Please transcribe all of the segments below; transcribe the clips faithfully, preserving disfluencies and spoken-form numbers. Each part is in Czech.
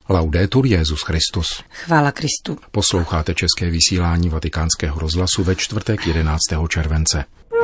Laudetur Jesus Christus. Chvála Kristu. Posloucháte české vysílání Vatikánského rozhlasu ve čtvrtek jedenáctého července.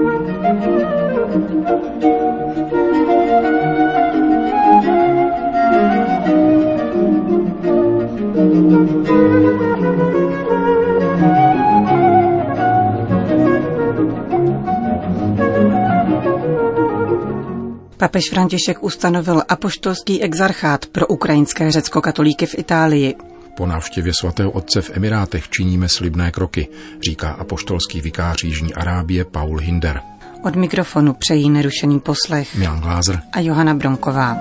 Papež František ustanovil apoštolský exarchát pro ukrajinské řeckokatolíky v Itálii. Po návštěvě svatého otce v Emirátech činíme slibné kroky, říká apoštolský vikář Jižní Arábie Paul Hinder. Od mikrofonu přejí nerušený poslech Milan Glázer a Johana Bronková.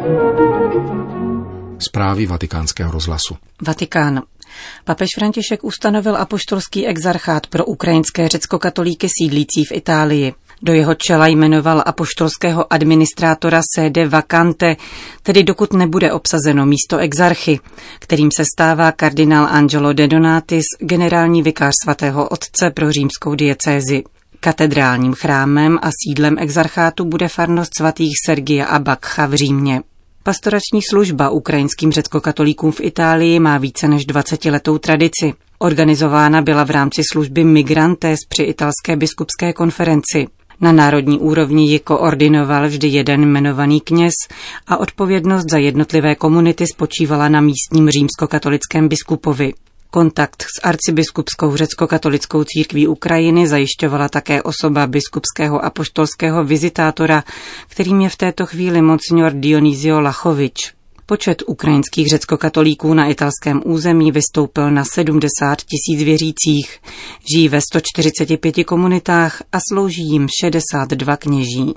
Zprávy Vatikánského rozhlasu. Vatikán. Papež František ustanovil apoštolský exarchát pro ukrajinské řeckokatolíky sídlící v Itálii. Do jeho čela jmenoval apoštolského administrátora sede vacante, tedy dokud nebude obsazeno místo exarchy, kterým se stává kardinál Angelo De Donatis, generální vikář svatého otce pro římskou diecézi. Katedrálním chrámem a sídlem exarchátu bude farnost svatých Sergia a Bakcha v Římě. Pastorační služba ukrajinským řeckokatolíkům v Itálii má více než dvacetiletou tradici. Organizována byla v rámci služby Migrantes při italské biskupské konferenci. Na národní úrovni ji koordinoval vždy jeden jmenovaný kněz a odpovědnost za jednotlivé komunity spočívala na místním římskokatolickém biskupovi. Kontakt s arcibiskupskou řeckokatolickou církví Ukrajiny zajišťovala také osoba biskupského apoštolského vizitátora, kterým je v této chvíli monsignor Dionysio Lachovič. Počet ukrajinských řeckokatolíků na italském území vystoupil na sedmdesát tisíc věřících, žijí ve sto čtyřiceti pěti komunitách a slouží jim šedesát dva kněží.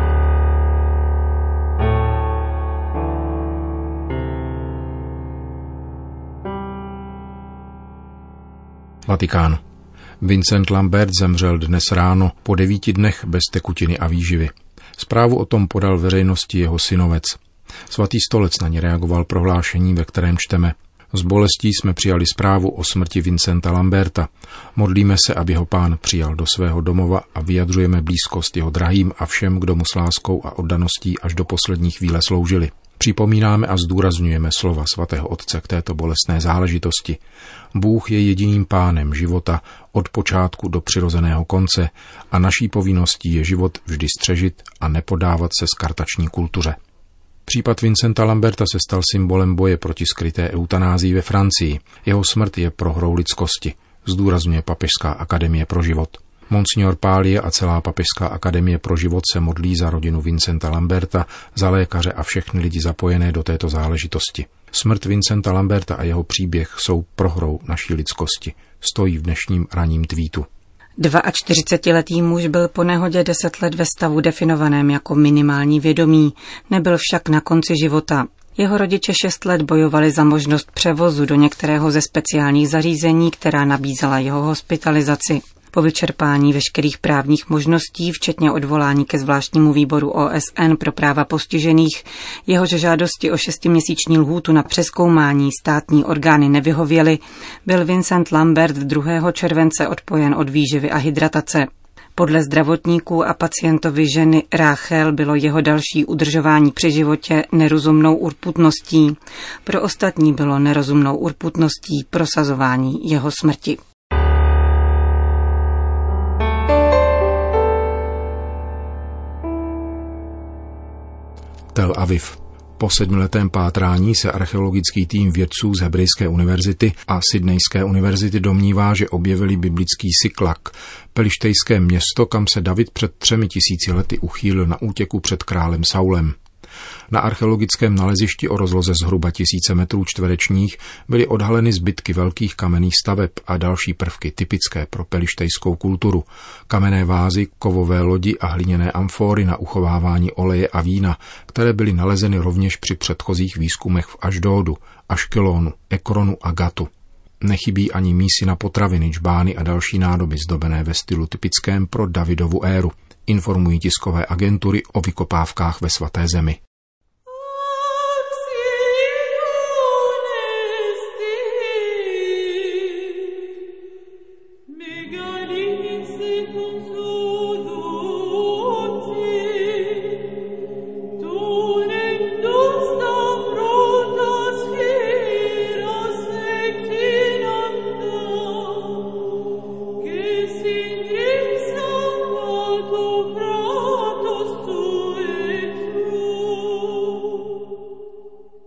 Vatikán. Vincent Lambert zemřel dnes ráno po devíti dnech bez tekutiny a výživy. Zprávu o tom podal veřejnosti jeho synovec. Svatý stolec na ně reagoval prohlášení, ve kterém čteme: S bolestí jsme přijali zprávu o smrti Vincenta Lamberta. Modlíme se, aby ho Pán přijal do svého domova a vyjadřujeme blízkost jeho drahým a všem, kdo mu s láskou a oddaností až do poslední chvíle sloužili. Připomínáme a zdůrazňujeme slova svatého otce k této bolestné záležitosti. Bůh je jediným pánem života od počátku do přirozeného konce a naší povinností je život vždy střežit a nepodávat se skartační kultuře. Případ Vincenta Lamberta se stal symbolem boje proti skryté eutanázii ve Francii. Jeho smrt je prohrou lidskosti, zdůrazňuje Papežská akademie pro život. Monsignor Pálie a celá Papežská akademie pro život se modlí za rodinu Vincenta Lamberta, za lékaře a všechny lidi zapojené do této záležitosti. Smrt Vincenta Lamberta a jeho příběh jsou prohrou naší lidskosti, stojí v dnešním ranním tweetu. čtyřicetiletý muž byl po nehodě deset let ve stavu definovaném jako minimální vědomí, nebyl však na konci života. Jeho rodiče šest let bojovali za možnost převozu do některého ze speciálních zařízení, která nabízela jeho hospitalizaci. Po vyčerpání veškerých právních možností, včetně odvolání ke zvláštnímu výboru O S N pro práva postižených, jehož žádosti o šestiměsíční lhůtu na přezkoumání státní orgány nevyhověly, byl Vincent Lambert druhého července odpojen od výživy a hydratace. Podle zdravotníků a pacientovi ženy Ráchel bylo jeho další udržování při životě nerozumnou urputností. Pro ostatní bylo nerozumnou urputností prosazování jeho smrti. Tel Aviv. Po sedmiletém pátrání se archeologický tým vědců z Hebrejské univerzity a Sydneyské univerzity domnívá, že objevili biblický Siklak, pelištejské město, kam se David před třemi tisíci lety uchýlil na útěku před králem Saulem. Na archeologickém nalezišti o rozloze zhruba tisíce metrů čtverečních byly odhaleny zbytky velkých kamenných staveb a další prvky typické pro pelištejskou kulturu. Kamenné vázy, kovové lodi a hliněné amfóry na uchovávání oleje a vína, které byly nalezeny rovněž při předchozích výzkumech v Ašdódu, Aškelonu, Ekronu a Gatu. Nechybí ani mísy na potraviny, džbány a další nádoby zdobené ve stylu typickém pro Davidovu éru, informují tiskové agentury o vykopávkách ve Svaté zemi.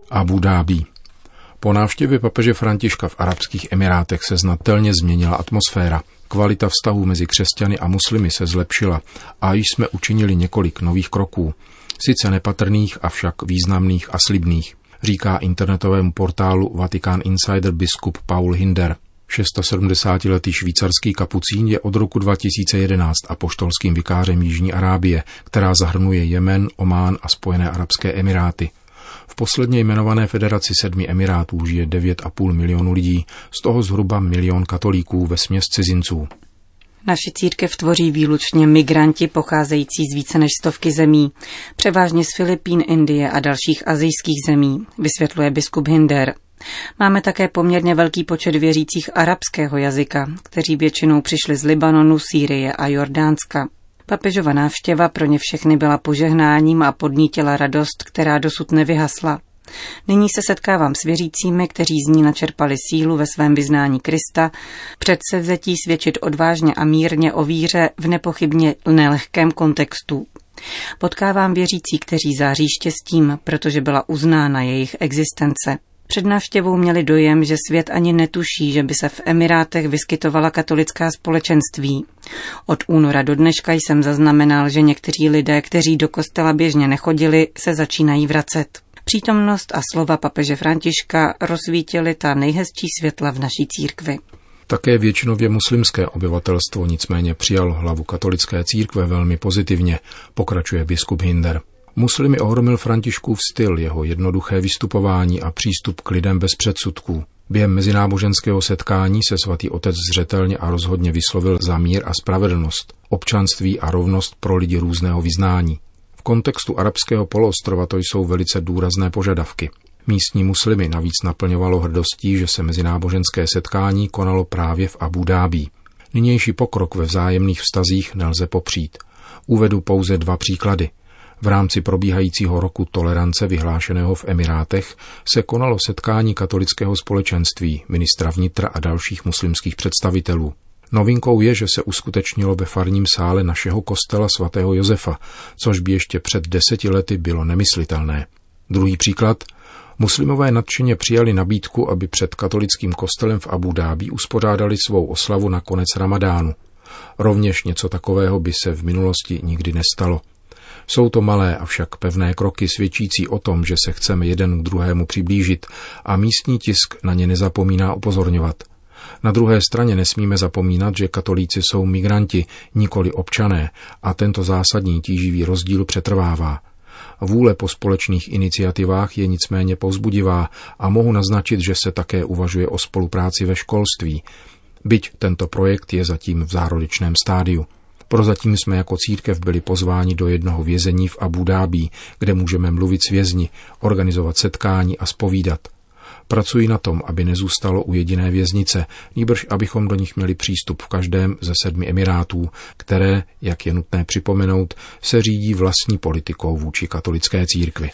Abu Dhabí. Po návštěvě papeže Františka v Arabských Emirátech se znatelně změnila atmosféra. Kvalita vztahů mezi křesťany a muslimy se zlepšila a již jsme učinili několik nových kroků. Sice nepatrných, avšak významných a slibných, říká internetovému portálu Vatican Insider biskup Paul Hinder. sedmdesátišestiletý švýcarský kapucín je od roku dva tisíce jedenáct apoštolským vikářem Jižní Arábie, která zahrnuje Jemen, Omán a Spojené arabské emiráty. V posledně jmenované federaci sedmi emirátů žije devět a půl milionu lidí, z toho zhruba milion katolíků vesměs cizinců. Naši církev tvoří výlučně migranti pocházející z více než stovky zemí, převážně z Filipín, Indie a dalších asijských zemí, vysvětluje biskup Hinder. Máme také poměrně velký počet věřících arabského jazyka, kteří většinou přišli z Libanonu, Sýrie a Jordánska. Papežova návštěva pro ně všechny byla požehnáním a podnítila radost, která dosud nevyhasla. Nyní se setkávám s věřícími, kteří z ní načerpali sílu ve svém vyznání Krista, předsevzetí svědčit odvážně a mírně o víře v nepochybně nelehkém kontextu. Potkávám věřící, kteří září štěstím, protože byla uznána jejich existence. Před návštěvou měli dojem, že svět ani netuší, že by se v Emirátech vyskytovala katolická společenství. Od února do dneška jsem zaznamenal, že někteří lidé, kteří do kostela běžně nechodili, se začínají vracet. Přítomnost a slova papeže Františka rozsvítily ta nejhezčí světla v naší církvi. Také většinově muslimské obyvatelstvo nicméně přijalo hlavu katolické církve velmi pozitivně, pokračuje biskup Hinder. Muslimy ohromil Františkův styl, jeho jednoduché vystupování a přístup k lidem bez předsudků. Během mezináboženského setkání se svatý otec zřetelně a rozhodně vyslovil za mír a spravedlnost, občanství a rovnost pro lidi různého vyznání. V kontextu arabského poloostrova to jsou velice důrazné požadavky. Místní muslimy navíc naplňovalo hrdostí, že se mezináboženské setkání konalo právě v Abu Dhabí. Nynější pokrok ve vzájemných vztazích nelze popřít. Uvedu pouze dva příklady. V rámci probíhajícího roku tolerance vyhlášeného v Emirátech se konalo setkání katolického společenství, ministra vnitra a dalších muslimských představitelů. Novinkou je, že se uskutečnilo ve farním sále našeho kostela svatého Josefa, což by ještě před deseti lety bylo nemyslitelné. Druhý příklad. Muslimové nadšeně přijali nabídku, aby před katolickým kostelem v Abu Dhabí uspořádali svou oslavu na konec Ramadánu. Rovněž něco takového by se v minulosti nikdy nestalo. Jsou to malé, avšak pevné kroky svědčící o tom, že se chceme jeden k druhému přiblížit a místní tisk na ně nezapomíná upozorňovat. Na druhé straně nesmíme zapomínat, že katolíci jsou migranti, nikoli občané, a tento zásadní tíživý rozdíl přetrvává. Vůle po společných iniciativách je nicméně povzbudivá a mohu naznačit, že se také uvažuje o spolupráci ve školství, byť tento projekt je zatím v zárodečném stádiu. Prozatím jsme jako církev byli pozváni do jednoho vězení v Abu Dhabí, kde můžeme mluvit s vězni, organizovat setkání a zpovídat. Pracuji na tom, aby nezůstalo u jediné věznice, nýbrž abychom do nich měli přístup v každém ze sedmi emirátů, které, jak je nutné připomenout, se řídí vlastní politikou vůči katolické církvi.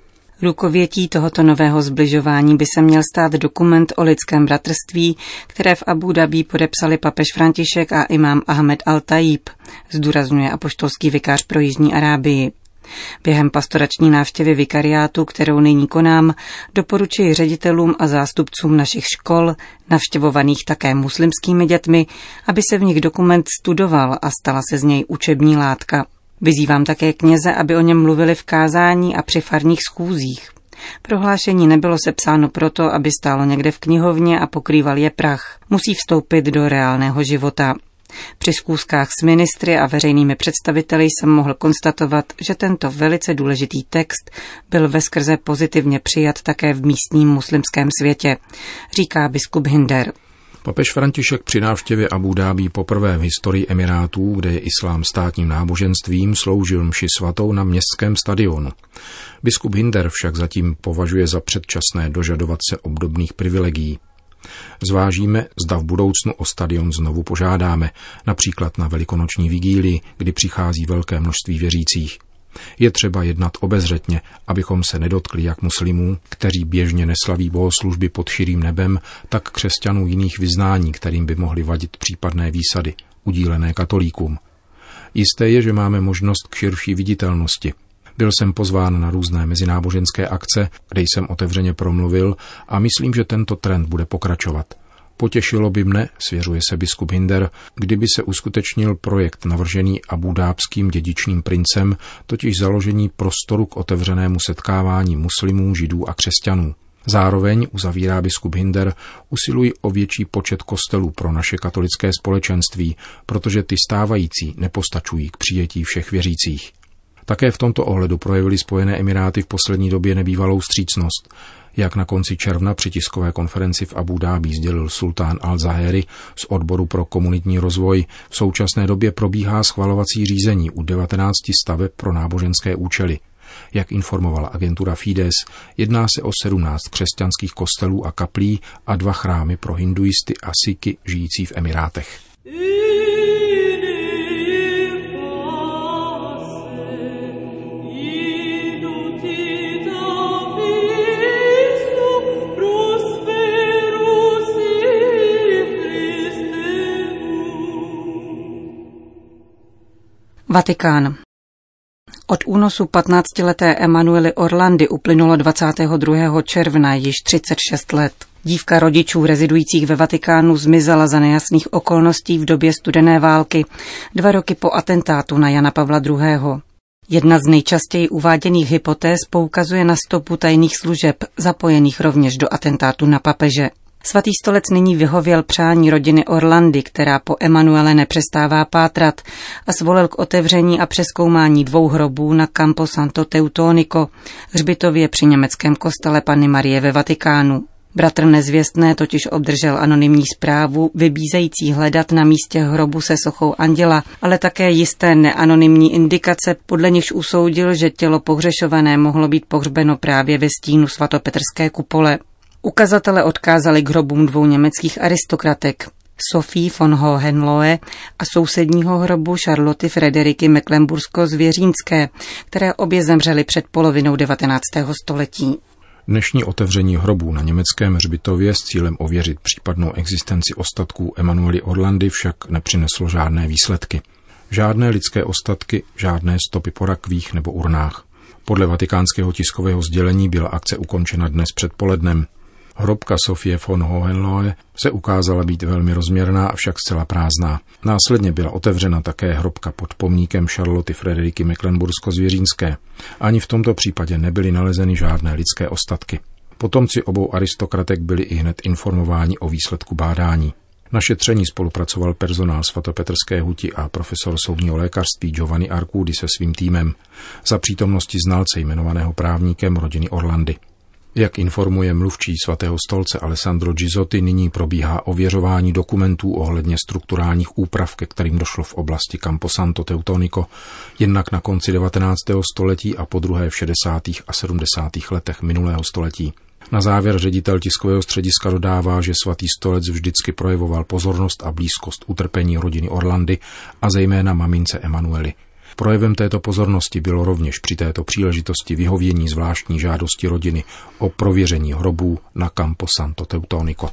Rukovětí tohoto nového zbližování by se měl stát dokument o lidském bratrství, které v Abu Dhabí podepsali papež František a imám Ahmed al-Tajib, zdůrazňuje apoštolský vikář pro Jižní Arábii. Během pastorační návštěvy vikariátu, kterou nyní konám, doporučuji ředitelům a zástupcům našich škol, navštěvovaných také muslimskými dětmi, aby se v nich dokument studoval a stala se z něj učební látka. Vyzývám také kněze, aby o něm mluvili v kázání a při farních schůzích. Prohlášení nebylo sepsáno proto, aby stálo někde v knihovně a pokrýval je prach. Musí vstoupit do reálného života. Při schůzkách s ministry a veřejnými představiteli jsem mohl konstatovat, že tento velice důležitý text byl veskrze pozitivně přijat také v místním muslimském světě, říká biskup Hinder. Papež František při návštěvě Abu Dhabí poprvé v historii Emirátů, kde je islám státním náboženstvím, sloužil mši svatou na městském stadionu. Biskup Hinder však zatím považuje za předčasné dožadovat se obdobných privilegií. Zvážíme, zda v budoucnu o stadion znovu požádáme, například na velikonoční vigílii, kdy přichází velké množství věřících. Je třeba jednat obezřetně, abychom se nedotkli jak muslimů, kteří běžně neslaví bohoslužby pod širým nebem, tak křesťanů jiných vyznání, kterým by mohly vadit případné výsady, udílené katolíkům. Jisté je, že máme možnost k širší viditelnosti. Byl jsem pozván na různé mezináboženské akce, kde jsem otevřeně promluvil a myslím, že tento trend bude pokračovat. Potěšilo by mne, svěřuje se biskup Hinder, kdyby se uskutečnil projekt navržený abúdábským dědičným princem, totiž založení prostoru k otevřenému setkávání muslimů, židů a křesťanů. Zároveň, uzavírá biskup Hinder, usilují o větší počet kostelů pro naše katolické společenství, protože ty stávající nepostačují k přijetí všech věřících. Také v tomto ohledu projevily Spojené Emiráty v poslední době nebývalou vstřícnost. Jak na konci června při tiskové konferenci v Abúdábí sdělil sultán Al-Zaheri z odboru pro komunitní rozvoj, v současné době probíhá schvalovací řízení u devatenácti staveb pro náboženské účely. Jak informovala agentura Fides, jedná se o sedmnáct křesťanských kostelů a kaplí a dva chrámy pro hinduisty a Siky žijící v Emirátech. Vatikán. Od únosu patnáctileté Emanuely Orlandy uplynulo dvacátého druhého června již třicet šest let. Dívka rodičů rezidujících ve Vatikánu zmizela za nejasných okolností v době studené války, dva roky po atentátu na Jana Pavla druhého. Jedna z nejčastěji uváděných hypotéz poukazuje na stopu tajných služeb, zapojených rovněž do atentátu na papeže. Svatý stolec nyní vyhověl přání rodiny Orlandy, která po Emanuele nepřestává pátrat, a svolil k otevření a přezkoumání dvou hrobů na Campo Santo Teutonico, hřbitově při německém kostele Panny Marie ve Vatikánu. Bratr nezvěstné totiž obdržel anonymní zprávu vybízející hledat na místě hrobu se sochou anděla, ale také jisté neanonymní indikace, podle nichž usoudil, že tělo pohřešované mohlo být pohřbeno právě ve stínu svatopetrské kupole. Ukazatele odkázali k hrobům dvou německých aristokratek, Sophie von Hohenlohe a sousedního hrobu Charloty Frederiky Mecklenbursko-Zvěřínské, které obě zemřely před polovinou devatenáctého století. Dnešní otevření hrobů na německém hřbitově s cílem ověřit případnou existenci ostatků Emanuely Orlandy však nepřineslo žádné výsledky. Žádné lidské ostatky, žádné stopy po rakvích nebo urnách. Podle vatikánského tiskového sdělení byla akce ukončena dnes předpolednem. Hrobka Sophie von Hohenlohe se ukázala být velmi rozměrná, avšak zcela prázdná. Následně byla otevřena také hrobka pod pomníkem Charloty Frederiky Mecklenbursko-Zvěřínské. Ani v tomto případě nebyly nalezeny žádné lidské ostatky. Potomci obou aristokratek byli ihned informováni o výsledku bádání. Na šetření spolupracoval personál svatopetrské huti a profesor soudního lékařství Giovanni Arcudi se svým týmem za přítomnosti znalce jmenovaného právníkem rodiny Orlandy. Jak informuje mluvčí svatého stolce Alessandro Gisotti, nyní probíhá ověřování dokumentů ohledně strukturálních úprav, ke kterým došlo v oblasti Campo Santo Teutonico, jednak na konci devatenáctého století a podruhé v šedesátých a sedmdesátých letech minulého století. Na závěr ředitel tiskového střediska dodává, že svatý stolec vždycky projevoval pozornost a blízkost utrpení rodiny Orlandy a zejména mamince Emanuely. Projevem této pozornosti bylo rovněž při této příležitosti vyhovění zvláštní žádosti rodiny o prověření hrobů na Campo Santo Teutonico.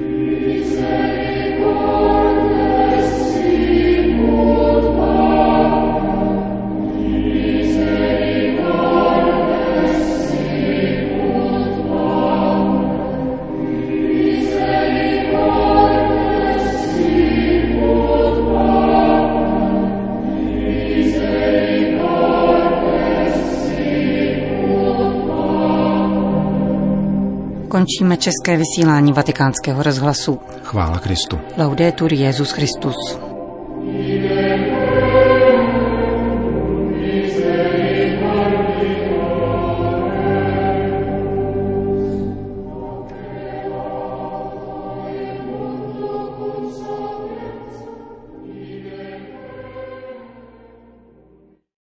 Končíme české vysílání Vatikánského rozhlasu. Chvála Kristu. Laudetur Jesus Christus.